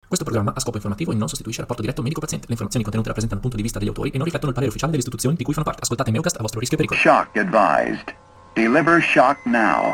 Questo programma ha scopo informativo e non sostituisce il rapporto diretto medico-paziente. Le informazioni contenute rappresentano il punto di vista degli autori e non riflettono il parere ufficiale delle istituzioni di cui fanno parte. Ascoltate Meucast a vostro rischio e pericolo. Shock advised. Deliver shock now.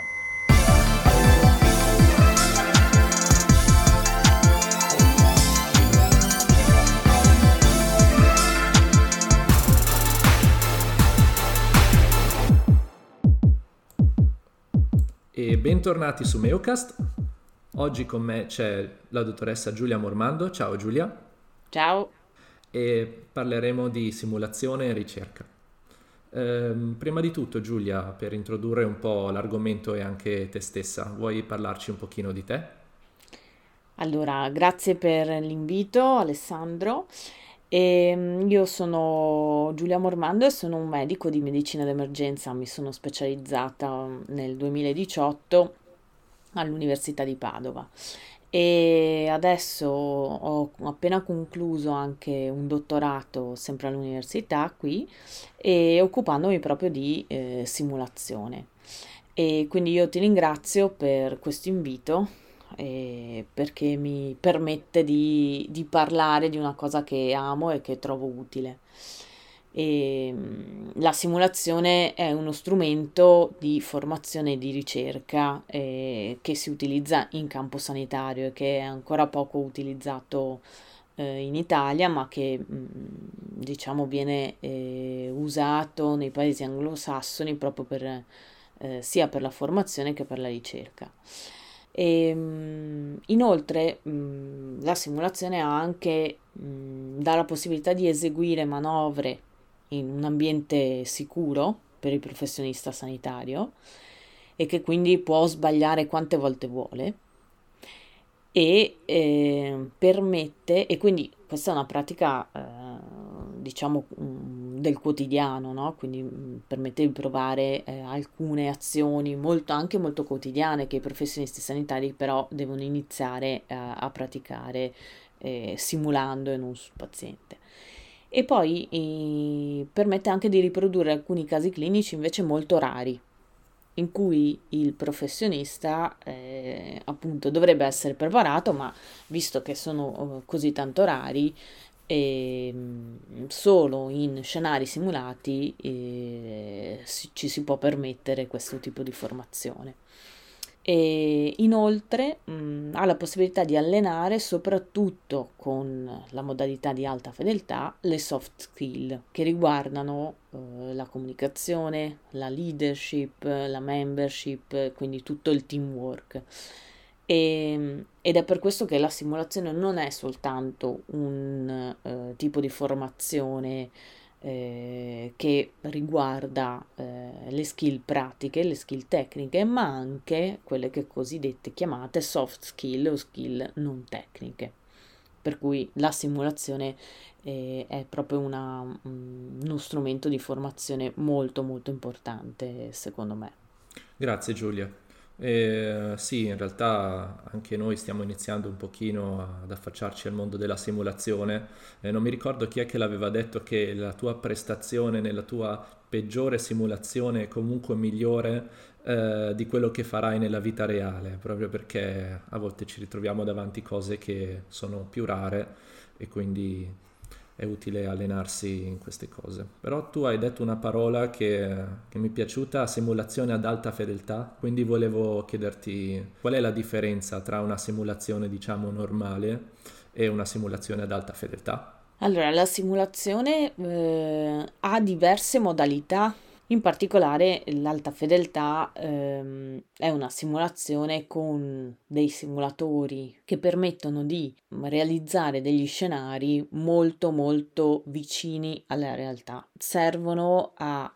E bentornati su Meucast. Oggi con me c'è la dottoressa Giulia Mormando. Ciao Giulia. Ciao. E parleremo di simulazione e ricerca. Prima di tutto Giulia, per introdurre un po' l'argomento e anche te stessa, vuoi parlarci un pochino di te? Allora, grazie per l'invito, Alessandro. Io sono Giulia Mormando e sono un medico di medicina d'emergenza. Mi sono specializzata nel 2018 all'Università di Padova e adesso ho appena concluso anche un dottorato sempre all'università qui e occupandomi proprio di simulazione. E quindi io ti ringrazio per questo invito perché mi permette di parlare di una cosa che amo e che trovo utile. La simulazione è uno strumento di formazione e di ricerca che si utilizza in campo sanitario e che è ancora poco utilizzato in Italia, ma che diciamo viene usato nei paesi anglosassoni proprio sia per la formazione che per la ricerca. Inoltre la simulazione dà la possibilità di eseguire manovre in un ambiente sicuro per il professionista sanitario e che quindi può sbagliare quante volte vuole e permette, e quindi questa è una pratica diciamo del quotidiano, no? Quindi permette di provare alcune azioni anche molto quotidiane che i professionisti sanitari però devono iniziare a praticare simulando e non sul paziente. E poi permette anche di riprodurre alcuni casi clinici invece molto rari, in cui il professionista appunto dovrebbe essere preparato, ma visto che sono così tanto rari, solo in scenari simulati ci si può permettere questo tipo di formazione. E inoltre ha la possibilità di allenare soprattutto con la modalità di alta fedeltà le soft skill che riguardano la comunicazione, la leadership, la membership, quindi tutto il teamwork. Ed è per questo che la simulazione non è soltanto un tipo di formazione che riguarda le skill pratiche, le skill tecniche, ma anche quelle che cosiddette chiamate soft skill o skill non tecniche. Per cui la simulazione è proprio uno strumento di formazione molto molto importante, secondo me. Grazie Giulia. Sì, in realtà anche noi stiamo iniziando un pochino ad affacciarci al mondo della simulazione. Non mi ricordo chi è che l'aveva detto che la tua prestazione nella tua peggiore simulazione è comunque migliore di quello che farai nella vita reale, proprio perché a volte ci ritroviamo davanti cose che sono più rare e quindi è utile allenarsi in queste cose. Però tu hai detto una parola che mi è piaciuta, simulazione ad alta fedeltà, quindi volevo chiederti qual è la differenza tra una simulazione, diciamo, normale e una simulazione ad alta fedeltà? Allora, la simulazione ha diverse modalità. In particolare l'alta fedeltà è una simulazione con dei simulatori che permettono di realizzare degli scenari molto molto vicini alla realtà. Servono a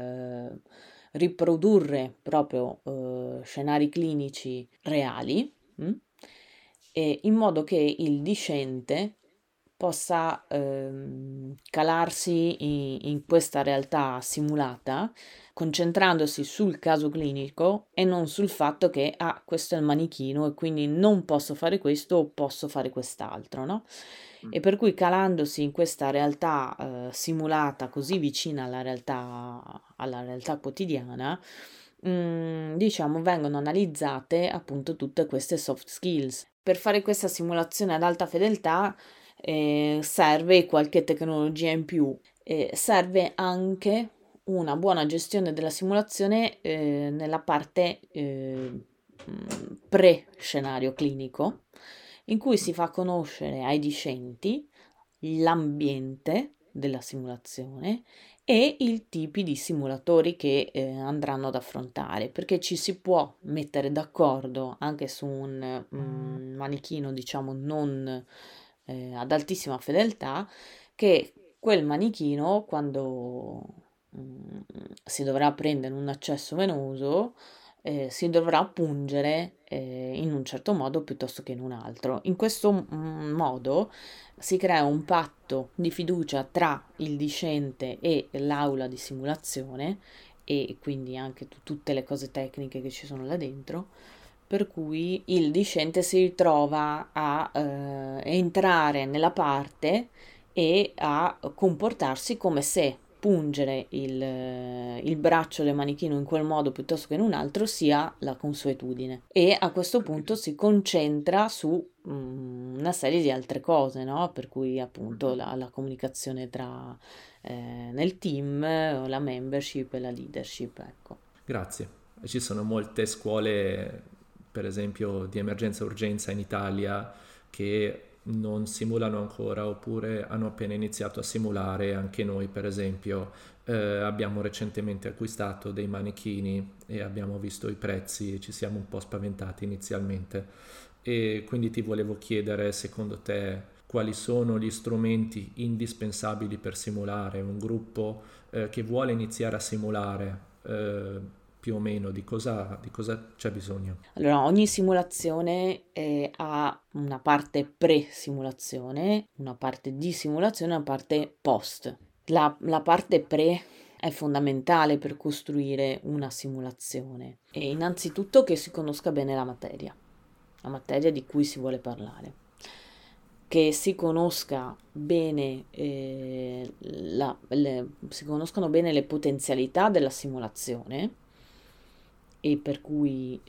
riprodurre proprio scenari clinici reali e in modo che il discente possa calarsi in questa realtà simulata, concentrandosi sul caso clinico e non sul fatto che questo è il manichino e quindi non posso fare questo o posso fare quest'altro, no? E per cui calandosi in questa realtà simulata così vicina alla realtà quotidiana, diciamo vengono analizzate appunto tutte queste soft skills per fare questa simulazione ad alta fedeltà serve qualche tecnologia in più, serve anche una buona gestione della simulazione nella parte pre-scenario clinico, in cui si fa conoscere ai discenti l'ambiente della simulazione e i tipi di simulatori che andranno ad affrontare, perché ci si può mettere d'accordo anche su un manichino, diciamo, non ad altissima fedeltà, che quel manichino, quando si dovrà prendere un accesso venoso, si dovrà pungere in un certo modo piuttosto che in un altro. In questo modo si crea un patto di fiducia tra il discente e l'aula di simulazione e quindi anche tutte le cose tecniche che ci sono là dentro, per cui il discente si ritrova a entrare nella parte e a comportarsi come se pungere il braccio del manichino in quel modo piuttosto che in un altro sia la consuetudine, e a questo punto si concentra su una serie di altre cose, no? Per cui appunto la comunicazione tra nel team, la membership e la leadership, ecco. Grazie. Ci sono molte scuole, per esempio, di emergenza-urgenza in Italia che non simulano ancora oppure hanno appena iniziato a simulare. Anche noi, per esempio, abbiamo recentemente acquistato dei manichini e abbiamo visto i prezzi e ci siamo un po' spaventati inizialmente. E quindi ti volevo chiedere, secondo te, quali sono gli strumenti indispensabili per simulare un gruppo che vuole iniziare a simulare, più o meno di cosa c'è bisogno? Allora, ogni simulazione ha una parte pre-simulazione, una parte di simulazione e una parte post. La parte pre è fondamentale per costruire una simulazione, e innanzitutto che si conosca bene la materia di cui si vuole parlare, che si conosca bene, si conoscano bene le potenzialità della simulazione, e per cui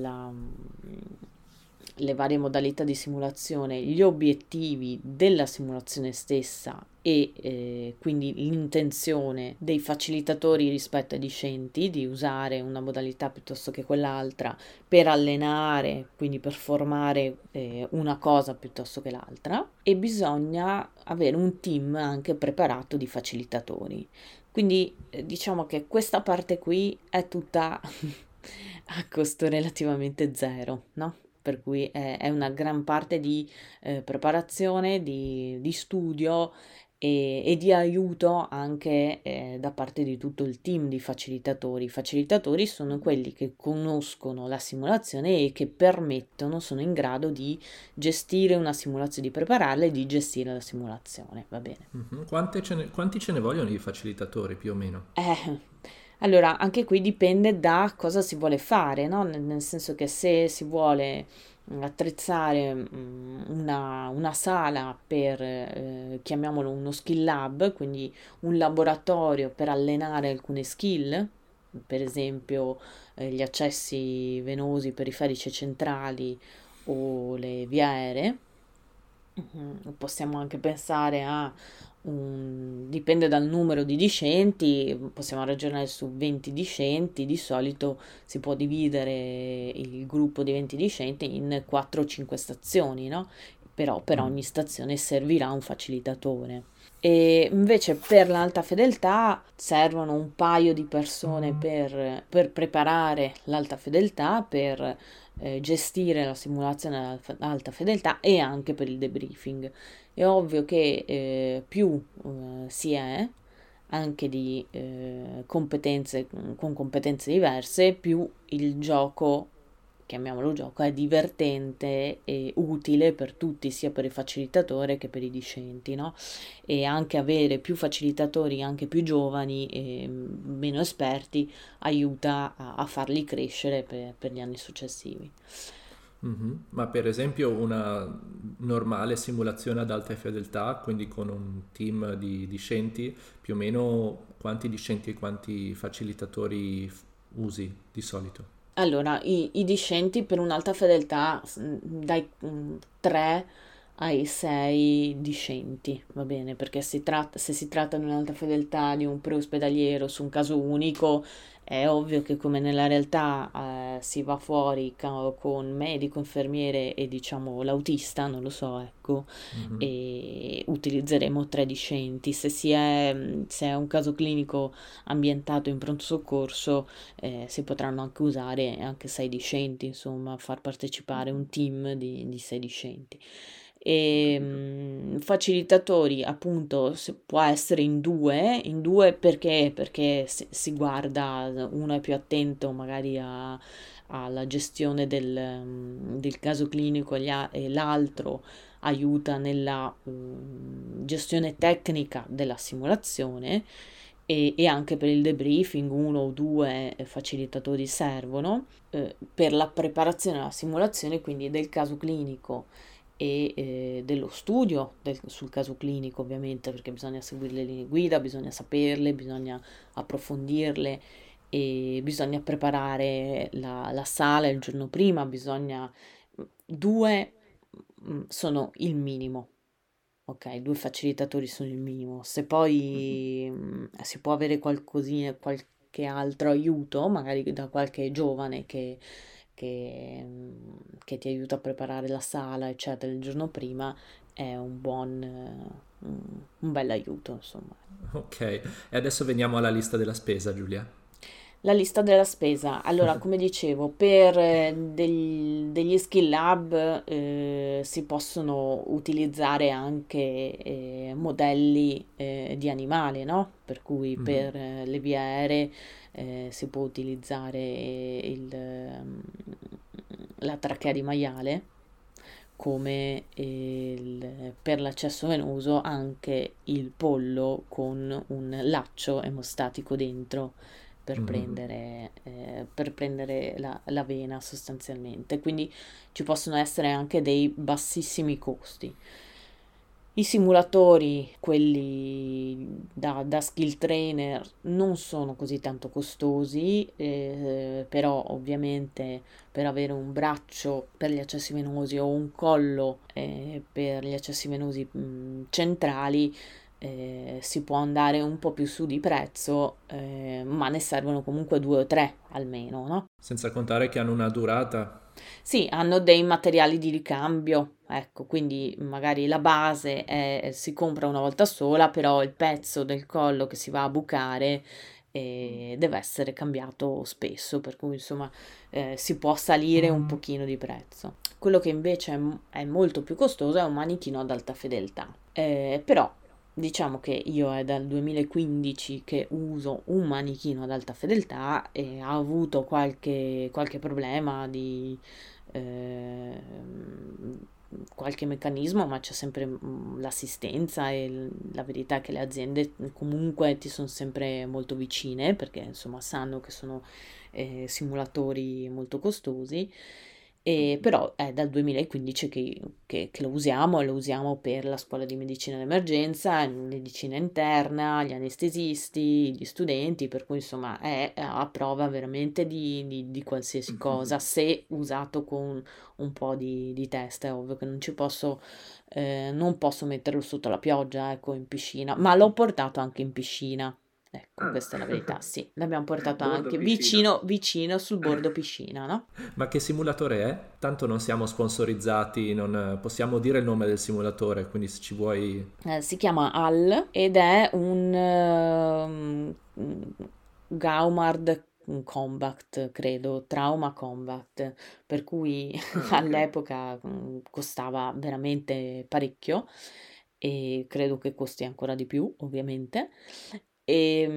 le varie modalità di simulazione, gli obiettivi della simulazione stessa e quindi l'intenzione dei facilitatori rispetto ai discenti di usare una modalità piuttosto che quell'altra per allenare, quindi per formare una cosa piuttosto che l'altra, e bisogna avere un team anche preparato di facilitatori. Quindi diciamo che questa parte qui è tutta a costo relativamente zero, no? Per cui è una gran parte di preparazione, di studio e di aiuto anche da parte di tutto il team di facilitatori. I facilitatori sono quelli che conoscono la simulazione e che permettono, sono in grado di gestire una simulazione, di prepararla e di gestire la simulazione, va bene? Mhm. Quanti ce ne vogliono di facilitatori più o meno? Allora, anche qui dipende da cosa si vuole fare, no? Nel senso che se si vuole attrezzare una sala per, chiamiamolo uno skill lab, quindi un laboratorio per allenare alcune skill, per esempio gli accessi venosi periferici e centrali o le vie aeree. Possiamo anche pensare a dipende dal numero di discenti, possiamo ragionare su 20 discenti, di solito si può dividere il gruppo di 20 discenti in 4-5 stazioni, no? Però per ogni stazione servirà un facilitatore. E invece per l'alta fedeltà servono un paio di persone per preparare l'alta fedeltà, per gestire la simulazione ad alta fedeltà e anche per il debriefing. È ovvio che più si è anche di competenze con competenze diverse, più il gioco, chiamiamolo gioco, è divertente e utile per tutti, sia per il facilitatore che per i discenti, no? E anche avere più facilitatori, anche più giovani e meno esperti, aiuta a farli crescere per gli anni successivi. Mhm. Ma per esempio una normale simulazione ad alta fedeltà, quindi con un team di discenti, più o meno quanti discenti e quanti facilitatori usi di solito? Allora, i discenti per un'alta fedeltà dai 3 ai 6 discenti, va bene? Perché se si tratta di un'alta fedeltà di un preospedaliero su un caso unico, è ovvio che come nella realtà si va fuori con medico, infermiere e diciamo l'autista, non lo so, ecco, Mhm. e utilizzeremo 3 discenti. Se è un caso clinico ambientato in pronto soccorso, si potranno anche usare anche 6 discenti, insomma, far partecipare un team di 6 discenti. E facilitatori, appunto, può essere in due perché si guarda, uno è più attento magari alla gestione del caso clinico e l'altro aiuta nella gestione tecnica della simulazione e anche per il debriefing uno o due facilitatori servono per la preparazione della simulazione, quindi del caso clinico e dello studio sul caso clinico, ovviamente, perché bisogna seguire le linee guida, bisogna saperle, bisogna approfondirle e bisogna preparare la sala il giorno prima, bisogna due sono il minimo. Ok, due facilitatori sono il minimo. Se poi si può avere qualcosina, qualche altro aiuto, magari da qualche giovane che ti aiuta a preparare la sala, eccetera, il giorno prima, è un bel aiuto, insomma. Ok, e adesso veniamo alla lista della spesa, Giulia. La lista della spesa. Allora, come dicevo, per degli skill lab si possono utilizzare anche modelli di animali, no? Per cui Mhm. per le vie aeree si può utilizzare la trachea di maiale, come per l'accesso venoso anche il pollo con un laccio emostatico dentro Mhm. per prendere la vena sostanzialmente. Quindi ci possono essere anche dei bassissimi costi. I simulatori, quelli da skill trainer, non sono così tanto costosi, però ovviamente per avere un braccio per gli accessi venosi o un collo per gli accessi venosi centrali si può andare un po' più su di prezzo, ma ne servono comunque due o tre almeno, no? Senza contare che hanno una durata. Sì, hanno dei materiali di ricambio, ecco, quindi magari la base si compra una volta sola, però il pezzo del collo che si va a bucare deve essere cambiato spesso, per cui insomma si può salire un pochino di prezzo. Quello che invece è molto più costoso è un manichino ad alta fedeltà. Però diciamo che io è dal 2015 che uso un manichino ad alta fedeltà e ha avuto qualche problema di ehm, qualche meccanismo, ma c'è sempre l'assistenza e la verità è che le aziende comunque ti sono sempre molto vicine perché insomma sanno che sono simulatori molto costosi. E però è dal 2015 che lo usiamo e lo usiamo per la scuola di medicina d'emergenza, medicina interna, gli anestesisti, gli studenti, per cui insomma è a prova veramente di qualsiasi cosa, se usato con un po' di testa. È ovvio che non posso metterlo sotto la pioggia, ecco, in piscina, ma l'ho portato anche in piscina. Ecco, Ah. questa è la verità, sì, l'abbiamo portato Bordo anche piscina. vicino sul bordo piscina, no? Ma che simulatore è? Tanto non siamo sponsorizzati, non possiamo dire il nome del simulatore, quindi se ci vuoi... Si chiama HAL ed è un Gaumard Combat, credo, Trauma Combat, per cui Ah, ok. all'epoca costava veramente parecchio e credo che costi ancora di più, ovviamente. E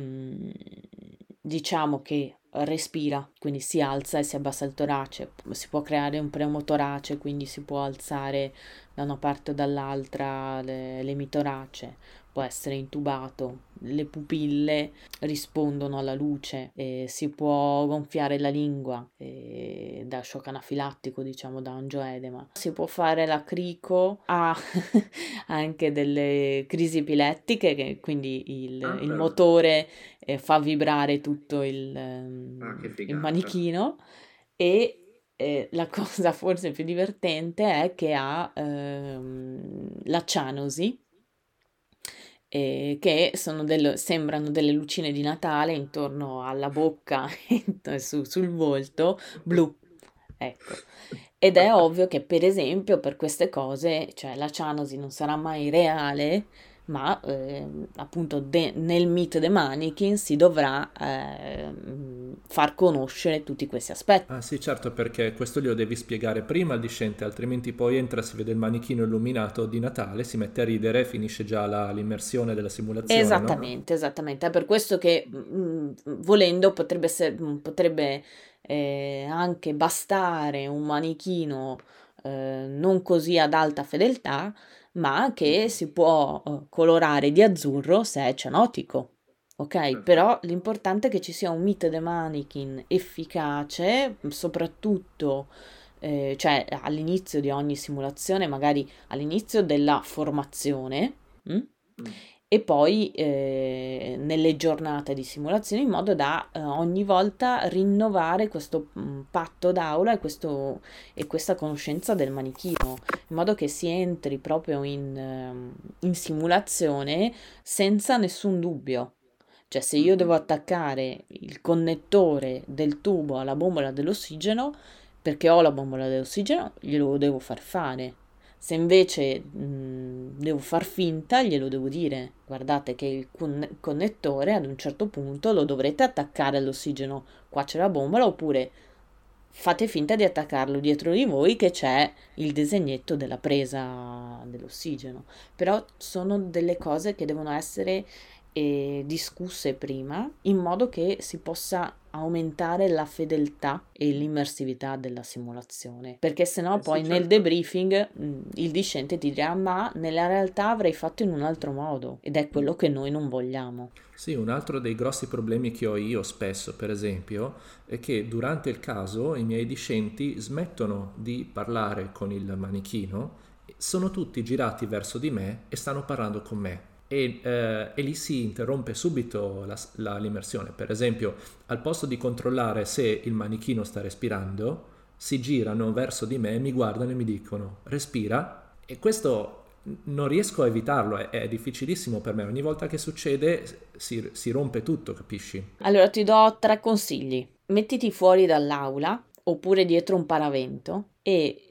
diciamo che respira, quindi si alza e si abbassa il torace, si può creare un pneumotorace, quindi si può alzare da una parte o dall'altra l'emitorace, può essere intubato, le pupille rispondono alla luce, si può gonfiare la lingua da shock anafilattico, diciamo da angioedema, si può fare la crico, ha anche delle crisi epilettiche, quindi il motore fa vibrare tutto il manichino e la cosa forse più divertente è che ha la cianosi, che sembrano delle lucine di Natale intorno alla bocca e sul volto blu. Ecco. Ed è ovvio che, per esempio, per queste cose, cioè la cianosi non sarà mai reale, ma appunto nel Meet the Mannequin si dovrà far conoscere tutti questi aspetti. Ah sì, certo, perché questo glielo devi spiegare prima al discente, altrimenti poi entra, si vede il manichino illuminato di Natale, si mette a ridere e finisce già l'immersione della simulazione, no? Esattamente. È per questo che volendo potrebbe anche bastare un manichino non così ad alta fedeltà, ma che si può colorare di azzurro se è cianotico. Ok, però l'importante è che ci sia un Meet the Mannequin efficace, soprattutto cioè all'inizio di ogni simulazione, magari all'inizio della formazione, e poi nelle giornate di simulazione, in modo da ogni volta rinnovare questo patto d'aula e questa conoscenza del manichino, in modo che si entri proprio in simulazione senza nessun dubbio. Cioè, se io devo attaccare il connettore del tubo alla bombola dell'ossigeno, perché ho la bombola dell'ossigeno, glielo devo far fare. Se invece devo far finta, glielo devo dire. Guardate che il connettore ad un certo punto lo dovrete attaccare all'ossigeno. Qua c'è la bombola, oppure fate finta di attaccarlo dietro di voi che c'è il disegnetto della presa dell'ossigeno. Però sono delle cose che devono essere discusse prima, in modo che si possa aumentare la fedeltà e l'immersività della simulazione, perché sennò poi nel debriefing il discente ti dirà ma nella realtà avrei fatto in un altro modo, ed è quello che noi non vogliamo. Sì, un altro dei grossi problemi che ho io spesso, per esempio, è che durante il caso i miei discenti smettono di parlare con il manichino, sono tutti girati verso di me e stanno parlando con me. E lì si interrompe subito l'immersione. Per esempio, al posto di controllare se il manichino sta respirando, si girano verso di me, mi guardano e mi dicono respira, e questo non riesco a evitarlo, è difficilissimo per me. Ogni volta che succede si rompe tutto, capisci? Allora ti do 3 consigli. Mettiti fuori dall'aula oppure dietro un paravento e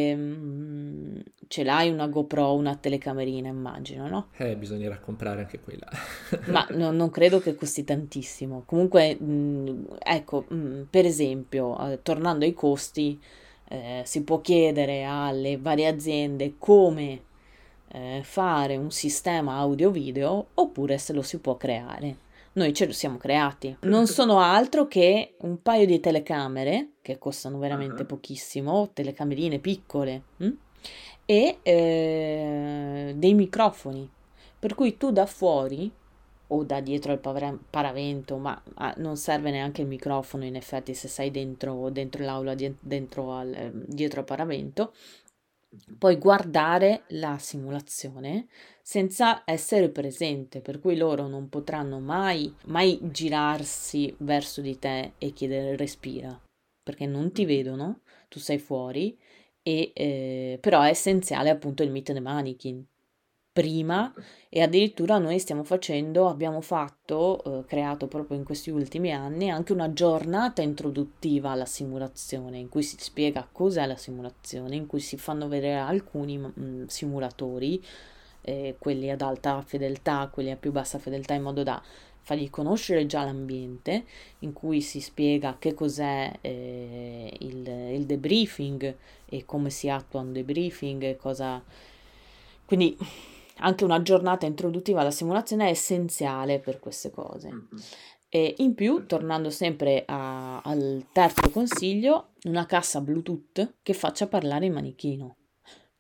ce l'hai una GoPro, una telecamerina, immagino, no? Bisognerà comprare anche quella. Ma non credo che costi tantissimo. Comunque, ecco, per esempio, tornando ai costi, si può chiedere alle varie aziende come fare un sistema audio-video oppure se lo si può creare. Noi ce lo siamo creati. Non sono altro che un paio di telecamere che costano veramente pochissimo, telecamerine piccole, e dei microfoni. Per cui tu da fuori o da dietro al paravento, ma non serve neanche il microfono in effetti se sei dentro l'aula, dietro al paravento, puoi guardare la simulazione senza essere presente, per cui loro non potranno mai girarsi verso di te e chiedere respira, perché non ti vedono, tu sei fuori, e però è essenziale appunto il Meet the Mannequin prima, e addirittura noi abbiamo fatto, creato proprio in questi ultimi anni anche una giornata introduttiva alla simulazione, in cui si spiega cos'è la simulazione, in cui si fanno vedere alcuni simulatori, quelli ad alta fedeltà, quelli a più bassa fedeltà, in modo da fargli conoscere già l'ambiente, in cui si spiega che cos'è il debriefing e come si attua un debriefing, quindi anche una giornata introduttiva alla simulazione è essenziale per queste cose. E in più, tornando sempre al terzo consiglio, una cassa Bluetooth che faccia parlare il manichino.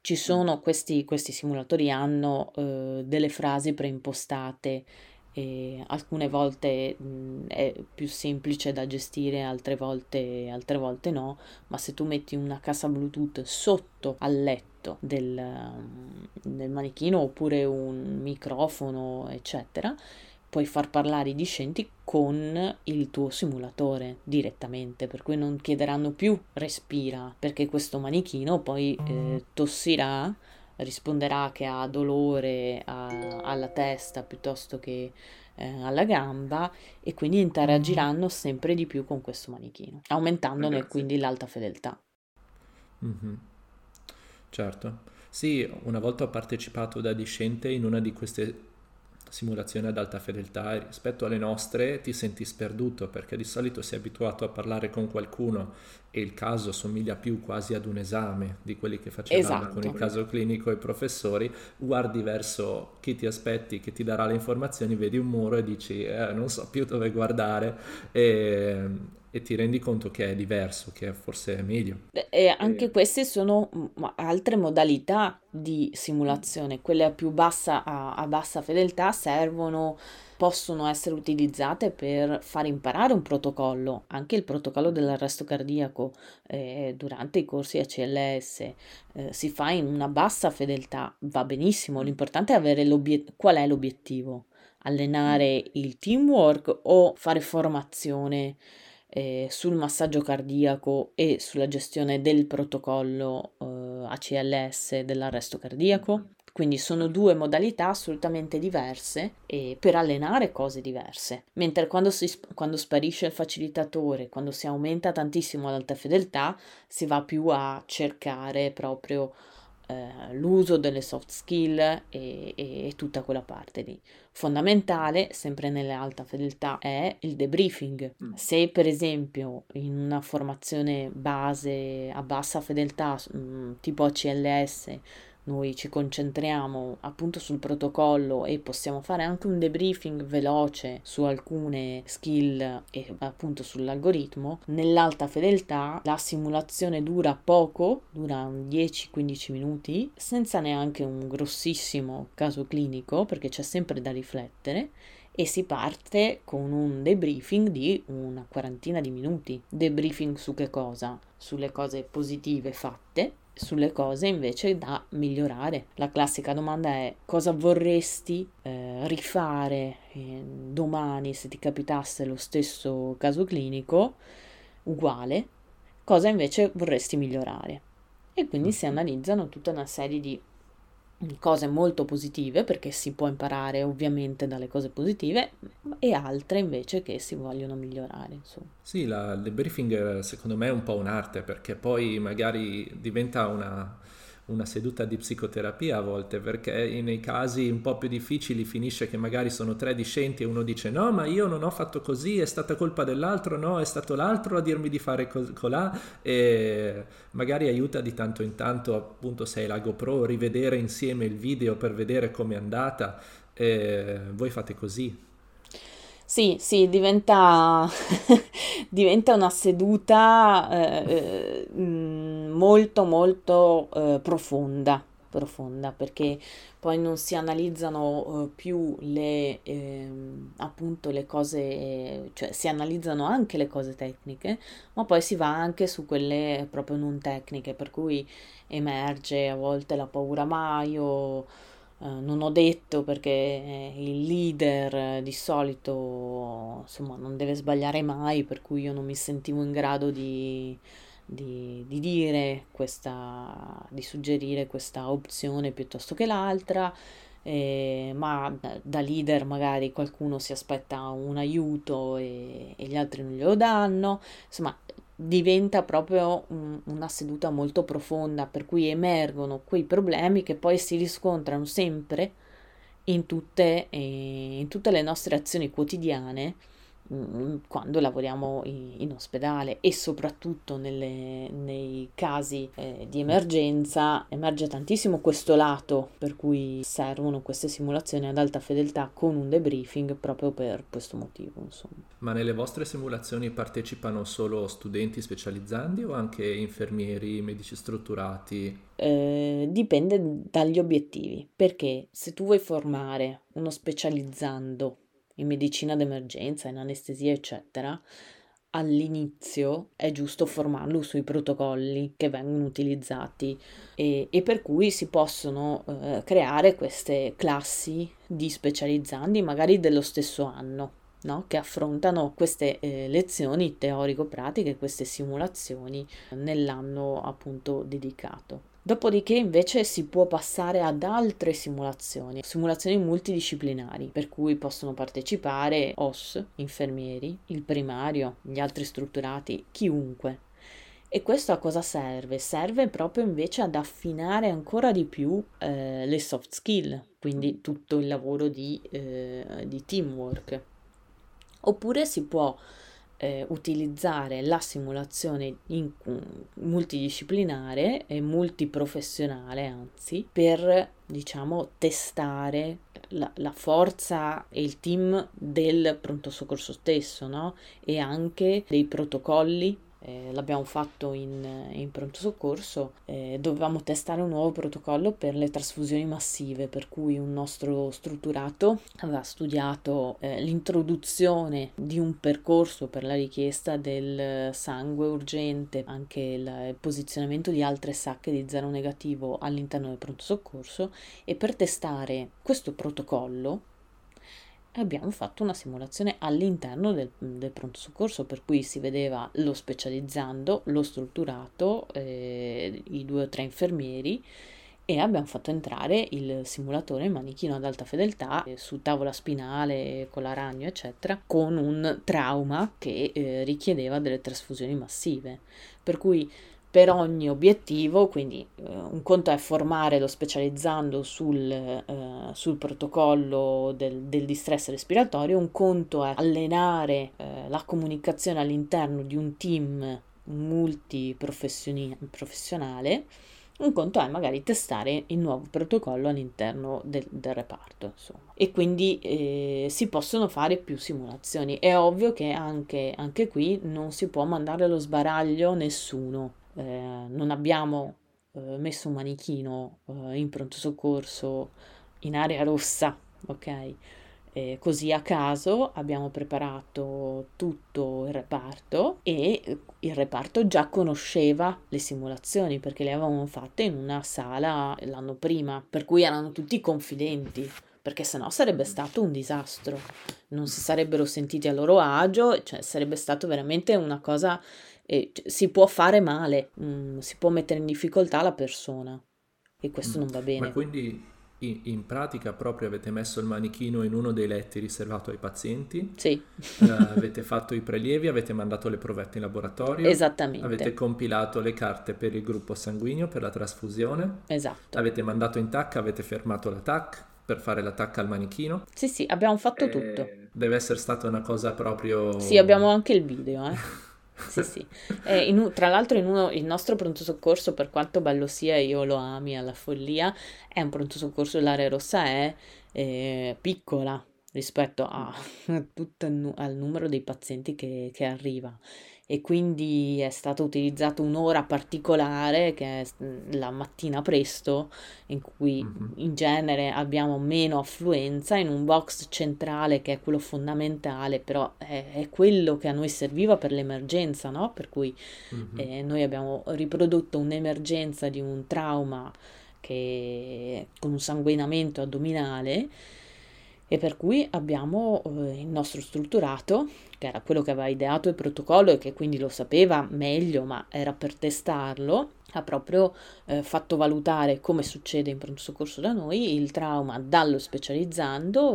Ci sono questi simulatori hanno delle frasi preimpostate e alcune volte è più semplice da gestire, altre volte no, ma se tu metti una cassa Bluetooth sotto al letto del manichino oppure un microfono, eccetera, puoi far parlare i discenti con il tuo simulatore direttamente, per cui non chiederanno più respira, perché questo manichino poi tossirà, risponderà che ha dolore alla testa piuttosto che alla gamba e quindi interagiranno sempre di più con questo manichino, aumentandone quindi l'alta fedeltà. Mhm. Certo. Sì, una volta ho partecipato da discente in una di queste simulazioni ad alta fedeltà e rispetto alle nostre ti senti sperduto perché di solito sei abituato a parlare con qualcuno e il caso somiglia più quasi ad un esame di quelli che facevamo con il Esatto. caso clinico e i professori, guardi verso chi ti aspetti che ti darà le informazioni, vedi un muro e dici non so più dove guardare e, e ti rendi conto che è diverso, che forse è meglio. E anche queste sono altre modalità di simulazione, quelle a bassa fedeltà possono essere utilizzate per far imparare un protocollo, anche il protocollo dell'arresto cardiaco durante i corsi ACLS si fa in una bassa fedeltà, va benissimo, l'importante è avere qual è l'obiettivo? Allenare il teamwork o fare formazione sul massaggio cardiaco e sulla gestione del protocollo ACLS dell'arresto cardiaco. Quindi sono due modalità assolutamente diverse per allenare cose diverse. Mentre quando sparisce il facilitatore, quando si aumenta tantissimo l'alta fedeltà, si va più a cercare proprio l'uso delle soft skill e tutta quella parte lì. Fondamentale, sempre nelle alta fedeltà, è il debriefing. Se per esempio in una formazione base a bassa fedeltà, tipo ACLS, noi ci concentriamo appunto sul protocollo e possiamo fare anche un debriefing veloce su alcune skill e appunto sull'algoritmo. Nell'alta fedeltà la simulazione dura poco, dura 10-15 minuti, senza neanche un grossissimo caso clinico, perché c'è sempre da riflettere. E si parte con un debriefing di una quarantina di minuti. Debriefing su che cosa? Sulle cose positive fatte, sulle cose invece da migliorare. La classica domanda è: cosa vorresti rifare domani se ti capitasse lo stesso caso clinico uguale? Cosa invece vorresti migliorare? E quindi si analizzano tutta una serie di cose molto positive, perché si può imparare ovviamente dalle cose positive, e altre invece che si vogliono migliorare, insomma. Sì, il debriefing secondo me è un po' un'arte perché poi magari diventa una seduta di psicoterapia a volte perché nei casi un po' più difficili finisce che magari sono tre discenti e uno dice no ma io non ho fatto così, è stata colpa dell'altro, no è stato l'altro a dirmi di fare colà e magari aiuta di tanto in tanto appunto se hai la GoPro rivedere insieme il video per vedere com'è andata e voi fate così. Sì, sì, diventa, diventa una seduta molto molto profonda, perché poi non si analizzano più appunto le cose, cioè si analizzano anche le cose tecniche, ma poi si va anche su quelle proprio non tecniche, per cui emerge a volte la paura Maio. Non ho detto perché il leader di solito insomma non deve sbagliare mai, per cui io non mi sentivo in grado di dire di suggerire questa opzione piuttosto che l'altra, ma da leader magari qualcuno si aspetta un aiuto e gli altri non glielo danno, insomma diventa proprio una seduta molto profonda, per cui emergono quei problemi che poi si riscontrano sempre in tutte le nostre azioni quotidiane, quando lavoriamo in ospedale, e soprattutto nei casi di emergenza emerge tantissimo questo lato per cui servono queste simulazioni ad alta fedeltà con un debriefing proprio per questo motivo, insomma. Ma nelle vostre simulazioni partecipano solo studenti specializzandi o anche infermieri, medici strutturati? Dipende dagli obiettivi, perché se tu vuoi formare uno specializzando in medicina d'emergenza, in anestesia, eccetera, all'inizio è giusto formarlo sui protocolli che vengono utilizzati e per cui si possono creare queste classi di specializzandi magari dello stesso anno, no? Che affrontano queste lezioni teorico-pratiche, queste simulazioni nell'anno appunto dedicato. Dopodiché invece si può passare ad altre simulazioni multidisciplinari, per cui possono partecipare OS, infermieri, il primario, gli altri strutturati, chiunque. E questo a cosa serve? Serve proprio invece ad affinare ancora di più le soft skill, quindi tutto il lavoro di teamwork. Oppure si può utilizzare la simulazione multidisciplinare e multiprofessionale, anzi, per, diciamo, testare la forza e il team del pronto soccorso stesso, no? E anche dei protocolli. L'abbiamo fatto in pronto soccorso, dovevamo testare un nuovo protocollo per le trasfusioni massive, per cui un nostro strutturato aveva studiato l'introduzione di un percorso per la richiesta del sangue urgente, anche il posizionamento di altre sacche di zero negativo all'interno del pronto soccorso, e per testare questo protocollo abbiamo fatto una simulazione all'interno del pronto soccorso, per cui si vedeva lo specializzando, lo strutturato, i 2 o 3 infermieri, e abbiamo fatto entrare il simulatore in manichino ad alta fedeltà su tavola spinale con la ragno eccetera, con un trauma che richiedeva delle trasfusioni massive, per cui per ogni obiettivo, quindi un conto è formare lo specializzando sul protocollo del distress respiratorio, un conto è allenare la comunicazione all'interno di un team multiprofessionale, un conto è magari testare il nuovo protocollo all'interno del reparto, insomma. E quindi si possono fare più simulazioni. È ovvio che anche qui non si può mandare allo sbaraglio nessuno. Non abbiamo messo un manichino in pronto soccorso in area rossa, ok? Così a caso abbiamo preparato tutto il reparto e il reparto già conosceva le simulazioni perché le avevamo fatte in una sala l'anno prima, per cui erano tutti confidenti, perché sennò sarebbe stato un disastro, non si sarebbero sentiti a loro agio, cioè sarebbe stato veramente una cosa, si può fare male, si può mettere in difficoltà la persona e questo non va bene. Ma quindi in pratica proprio avete messo il manichino in uno dei letti riservato ai pazienti? Sì. Avete fatto i prelievi, avete mandato le provette in laboratorio? Esattamente. Avete compilato le carte per il gruppo sanguigno, per la trasfusione? Esatto. Avete mandato in TAC, avete fermato la TAC per fare la TAC al manichino? Sì, abbiamo fatto tutto. Deve essere stata una cosa proprio... Sì, abbiamo anche il video, Sì. Tra l'altro il nostro pronto soccorso, per quanto bello sia, io lo ami alla follia, è un pronto soccorso, l'area rossa è piccola rispetto a tutto al numero dei pazienti che arriva, e quindi è stata utilizzata un'ora particolare che è la mattina presto, in cui in genere abbiamo meno affluenza, in un box centrale che è quello fondamentale, però è quello che a noi serviva per l'emergenza, no? Per cui noi abbiamo riprodotto un'emergenza di un trauma con un sanguinamento addominale, e per cui abbiamo il nostro strutturato, che era quello che aveva ideato il protocollo e che quindi lo sapeva meglio, ma era per testarlo, ha proprio fatto valutare, come succede in pronto soccorso da noi, il trauma dallo specializzando.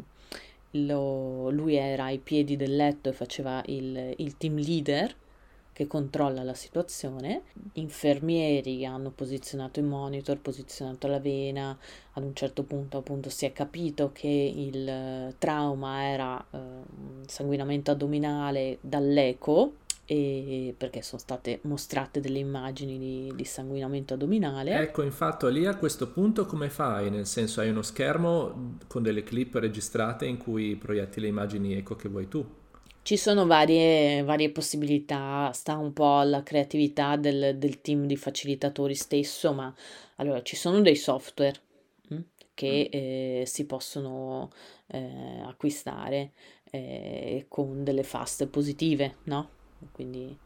Lui era ai piedi del letto e faceva il team leader, che controlla la situazione. Infermieri hanno posizionato il monitor, posizionato la vena. Ad un certo punto appunto si è capito che il trauma era sanguinamento addominale dall'eco, e perché sono state mostrate delle immagini di sanguinamento addominale. Ecco, infatti lì a questo punto come fai? Nel senso hai uno schermo con delle clip registrate in cui proietti le immagini eco che vuoi tu. Ci sono varie possibilità, sta un po' alla creatività del team di facilitatori stesso, ma allora ci sono dei software che si possono acquistare con delle fast positive, no? Quindi,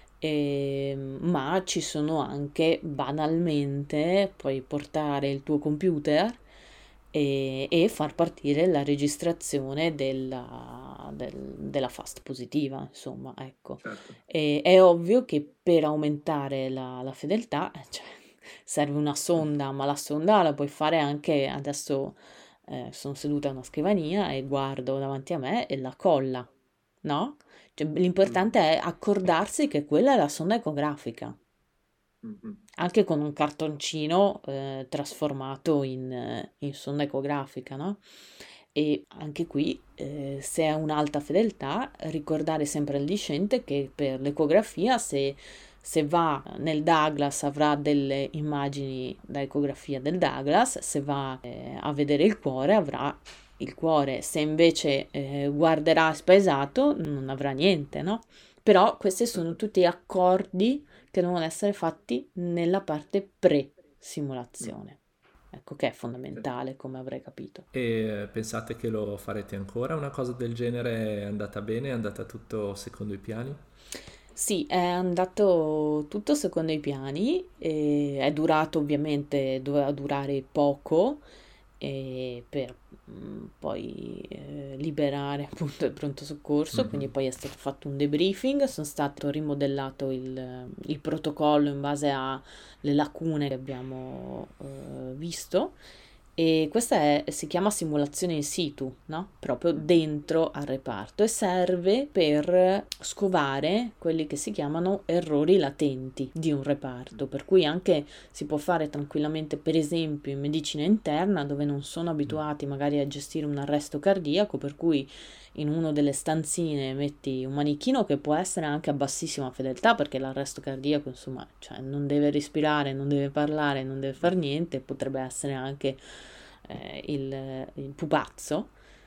ma ci sono anche banalmente, puoi portare il tuo computer e far partire la registrazione della fast positiva, insomma, ecco. Certo. E è ovvio che per aumentare la fedeltà, cioè, serve una sonda, ma la sonda la puoi fare anche adesso. Sono seduta a una scrivania e guardo davanti a me e la colla, no? Cioè, l'importante è accordarsi che quella è la sonda ecografica, anche con un cartoncino trasformato in sonda ecografica, no? E anche qui, se è un'alta fedeltà, ricordare sempre al discente che per l'ecografia, se va nel Douglas avrà delle immagini da ecografia del Douglas, se va a vedere il cuore avrà il cuore, se invece guarderà spaesato non avrà niente, no? Però questi sono tutti accordi che devono essere fatti nella parte pre-simulazione. Ecco che è fondamentale, come avrei capito. E pensate che lo farete ancora? Una cosa del genere è andata bene? È andata tutto secondo i piani? Sì, è andato tutto secondo i piani, e è durato ovviamente, doveva durare poco per poi liberare appunto il pronto soccorso, quindi poi è stato fatto un debriefing, sono stato rimodellato il protocollo in base alle lacune che abbiamo visto. E si chiama simulazione in situ, no? Proprio dentro al reparto, e serve per scovare quelli che si chiamano errori latenti di un reparto, per cui anche si può fare tranquillamente, per esempio in medicina interna, dove non sono abituati magari a gestire un arresto cardiaco, per cui in una delle stanzine metti un manichino che può essere anche a bassissima fedeltà, perché l'arresto cardiaco, insomma, cioè non deve respirare, non deve parlare, non deve fare niente, potrebbe essere anche il pupazzo,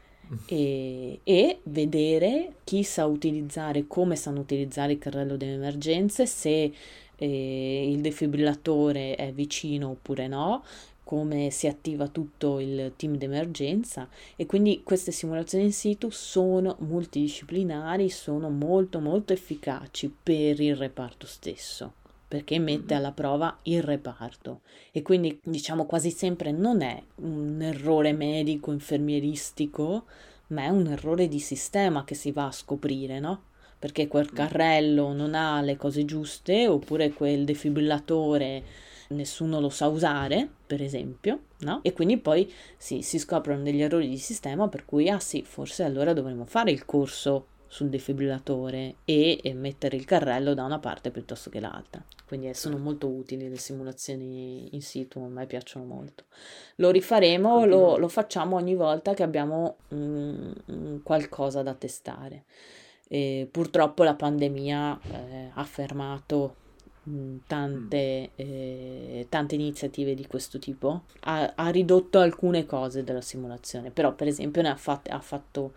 e vedere chi sa utilizzare, come sanno utilizzare il carrello delle emergenze, se il defibrillatore è vicino oppure no, come si attiva tutto il team d'emergenza. E quindi queste simulazioni in situ sono multidisciplinari, sono molto molto efficaci per il reparto stesso, perché mette alla prova il reparto, e quindi diciamo quasi sempre non è un errore medico infermieristico, ma è un errore di sistema che si va a scoprire, no? Perché quel carrello non ha le cose giuste, oppure quel defibrillatore nessuno lo sa usare, per esempio, no? E quindi poi si scoprono degli errori di sistema, per cui sì, forse allora dovremmo fare il corso sul defibrillatore e mettere il carrello da una parte piuttosto che l'altra. Quindi sono molto utili le simulazioni in situ, a me piacciono molto. Lo rifaremo, lo facciamo ogni volta che abbiamo qualcosa da testare. Purtroppo la pandemia ha fermato tante iniziative di questo tipo, ha ridotto alcune cose della simulazione, però per esempio ha fatto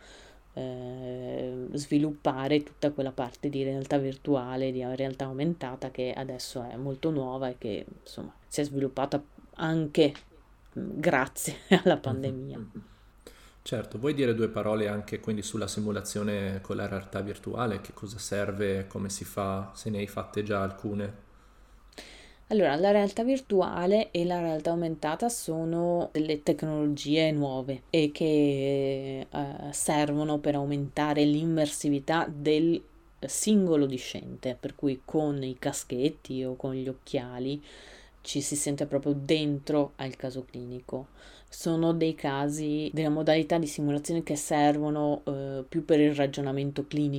sviluppare tutta quella parte di realtà virtuale, di realtà aumentata, che adesso è molto nuova e che insomma si è sviluppata anche grazie alla pandemia. Certo, vuoi dire due parole anche quindi sulla simulazione con la realtà virtuale? Che cosa serve, come si fa, se ne hai fatte già alcune? Allora, la realtà virtuale e la realtà aumentata sono delle tecnologie nuove e che servono per aumentare l'immersività del singolo discente, per cui con i caschetti o con gli occhiali ci si sente proprio dentro al caso clinico. Sono dei casi, delle modalità di simulazione che servono più per il ragionamento clinico,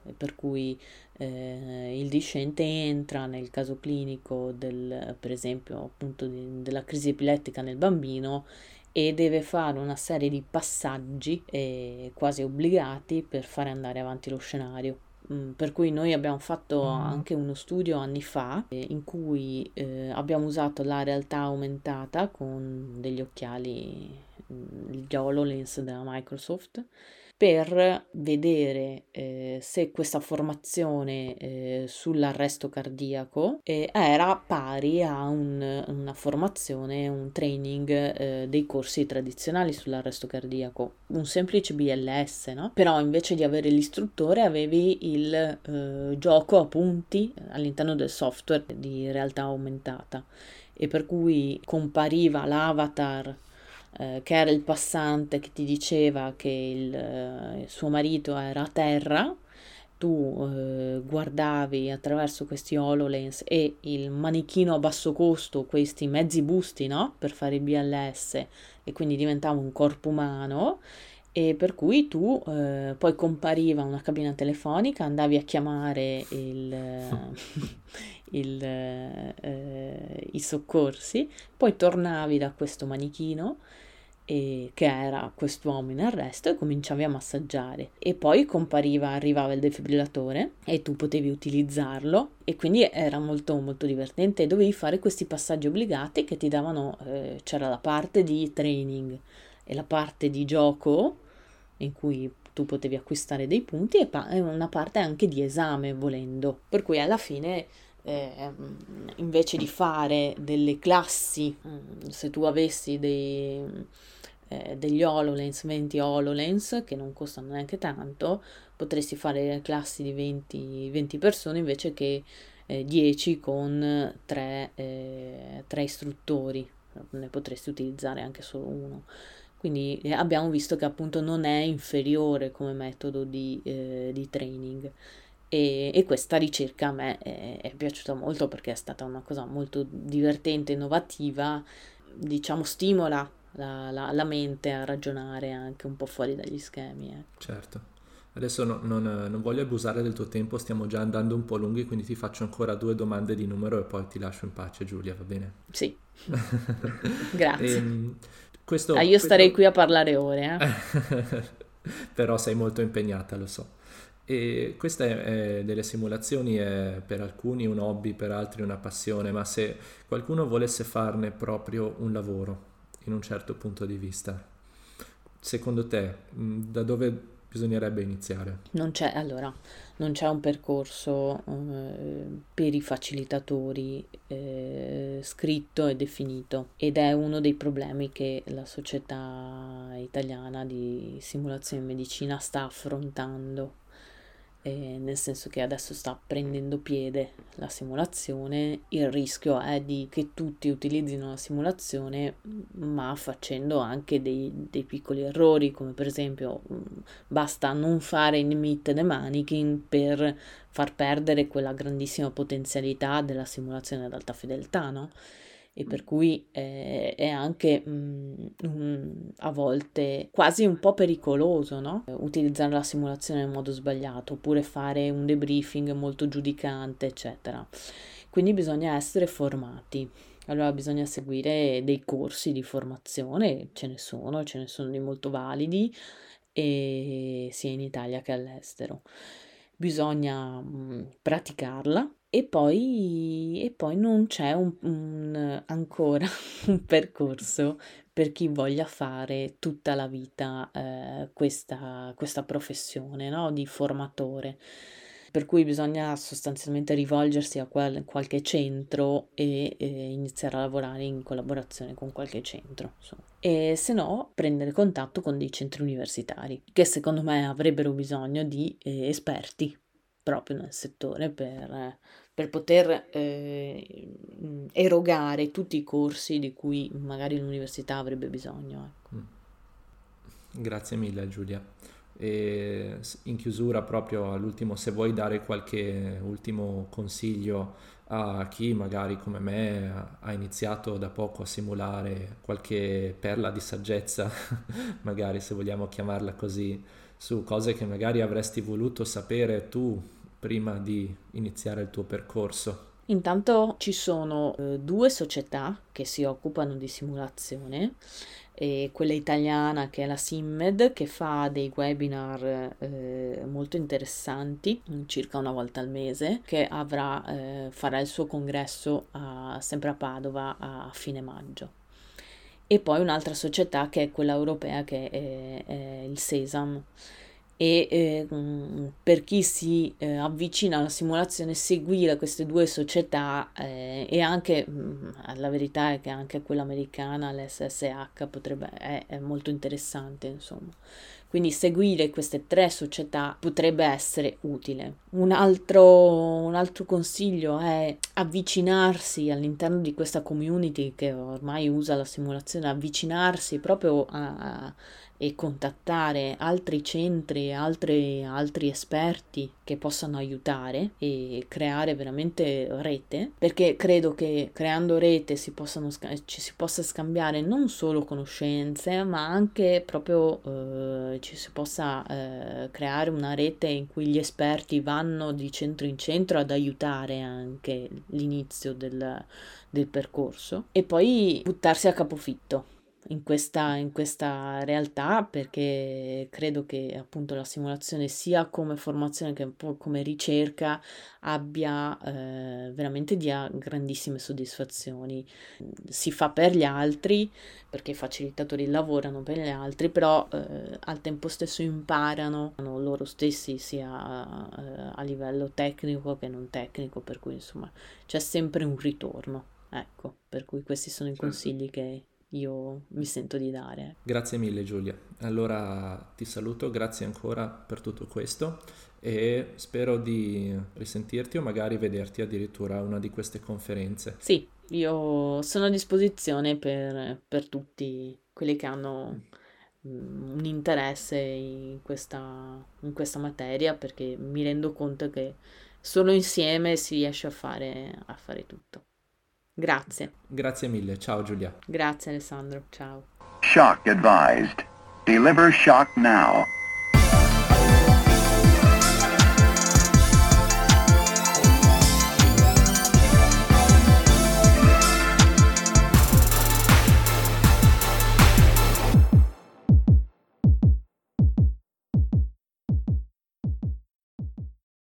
per cui il discente entra nel caso clinico per esempio appunto della crisi epilettica nel bambino e deve fare una serie di passaggi quasi obbligati per fare andare avanti lo scenario. Per cui noi abbiamo fatto anche uno studio anni fa in cui abbiamo usato la realtà aumentata con degli occhiali, gli HoloLens della Microsoft, per vedere se questa formazione sull'arresto cardiaco era pari a una formazione, un training dei corsi tradizionali sull'arresto cardiaco, un semplice BLS, no? Però invece di avere l'istruttore avevi il gioco a punti all'interno del software di realtà aumentata, e per cui compariva l'avatar che era il passante che ti diceva che il suo marito era a terra. Tu guardavi attraverso questi HoloLens e il manichino a basso costo, questi mezzi busti, no? Per fare il BLS, e quindi diventava un corpo umano, e per cui tu poi compariva una cabina telefonica, andavi a chiamare i soccorsi, poi tornavi da questo manichino che era quest'uomo in arresto, e cominciavi a massaggiare, e poi arrivava il defibrillatore e tu potevi utilizzarlo, e quindi era molto molto divertente. Dovevi fare questi passaggi obbligati che ti davano, c'era la parte di training e la parte di gioco in cui tu potevi acquistare dei punti, e una parte anche di esame volendo, per cui alla fine invece di fare delle classi, se tu avessi degli HoloLens, 20 HoloLens che non costano neanche tanto, potresti fare classi di 20 persone invece che 10 con 3 istruttori, ne potresti utilizzare anche solo uno. Quindi abbiamo visto che appunto non è inferiore come metodo di training. E questa ricerca a me è piaciuta molto, perché è stata una cosa molto divertente, innovativa, diciamo stimola la mente a ragionare anche un po' fuori dagli schemi. Certo. Adesso non voglio abusare del tuo tempo, stiamo già andando un po' lunghi, quindi ti faccio ancora 2 domande di numero e poi ti lascio in pace, Giulia, va bene? Sì, grazie. Questo io starei qui a parlare ore. Però sei molto impegnata, lo so. E queste delle simulazioni è per alcuni un hobby, per altri una passione, ma se qualcuno volesse farne proprio un lavoro, in un certo punto di vista, secondo te, da dove bisognerebbe iniziare? Non c'è un percorso per i facilitatori scritto e definito, ed è uno dei problemi che la società italiana di simulazione in medicina sta affrontando. Nel senso che adesso sta prendendo piede la simulazione, il rischio è che tutti utilizzino la simulazione ma facendo anche dei piccoli errori, come per esempio basta non fare il meet the mannequin per far perdere quella grandissima potenzialità della simulazione ad alta fedeltà, no? E per cui è anche a volte quasi un po' pericoloso, no? Utilizzare la simulazione in modo sbagliato, oppure fare un debriefing molto giudicante, eccetera. Quindi bisogna essere formati. Allora bisogna seguire dei corsi di formazione, ce ne sono di molto validi, e sia in Italia che all'estero. Bisogna praticarla. E poi non c'è ancora un percorso per chi voglia fare tutta la vita questa professione, no? Di formatore. Per cui bisogna sostanzialmente rivolgersi a qualche centro e iniziare a lavorare in collaborazione con qualche centro, insomma. E se no prendere contatto con dei centri universitari, che secondo me avrebbero bisogno di esperti proprio nel settore per poter erogare tutti i corsi di cui magari l'università avrebbe bisogno. Grazie mille, Giulia. E in chiusura, proprio all'ultimo, se vuoi dare qualche ultimo consiglio a chi magari come me ha iniziato da poco a simulare, qualche perla di saggezza, magari se vogliamo chiamarla così, su cose che magari avresti voluto sapere tu prima di iniziare il tuo percorso. Intanto ci sono due società che si occupano di simulazione, e quella italiana che è la SIMMED, che fa dei webinar molto interessanti, circa una volta al mese, che farà il suo congresso sempre a Padova a fine maggio. E poi un'altra società che è quella europea, che è il SESAM. E per chi si avvicina alla simulazione, seguire queste due società, e anche la verità è che anche quella americana, l'SSH, è molto interessante, insomma. Quindi seguire queste tre società potrebbe essere utile. Un altro consiglio è avvicinarsi all'interno di questa community che ormai usa la simulazione, avvicinarsi proprio e contattare altri centri, altri esperti che possano aiutare e creare veramente rete, perché credo che creando rete ci si possa scambiare non solo conoscenze, ma anche proprio ci si possa creare una rete in cui gli esperti vanno di centro in centro ad aiutare anche l'inizio del percorso, e poi buttarsi a capofitto in questa realtà, perché credo che appunto la simulazione, sia come formazione che un po' come ricerca, abbia dia grandissime soddisfazioni. Si fa per gli altri, perché i facilitatori lavorano per gli altri, però al tempo stesso imparano loro stessi, sia a livello tecnico che non tecnico, per cui insomma c'è sempre un ritorno. Ecco, per cui questi sono i consigli che io mi sento di dare. Grazie mille Giulia, allora ti saluto, grazie ancora per tutto questo e spero di risentirti o magari vederti addirittura a una di queste conferenze. Sì, io sono a disposizione per tutti quelli che hanno un interesse in questa materia, perché mi rendo conto che solo insieme si riesce a fare tutto. Grazie. Grazie mille, ciao Giulia. Grazie Alessandro, ciao. Shock advised. Deliver shock now.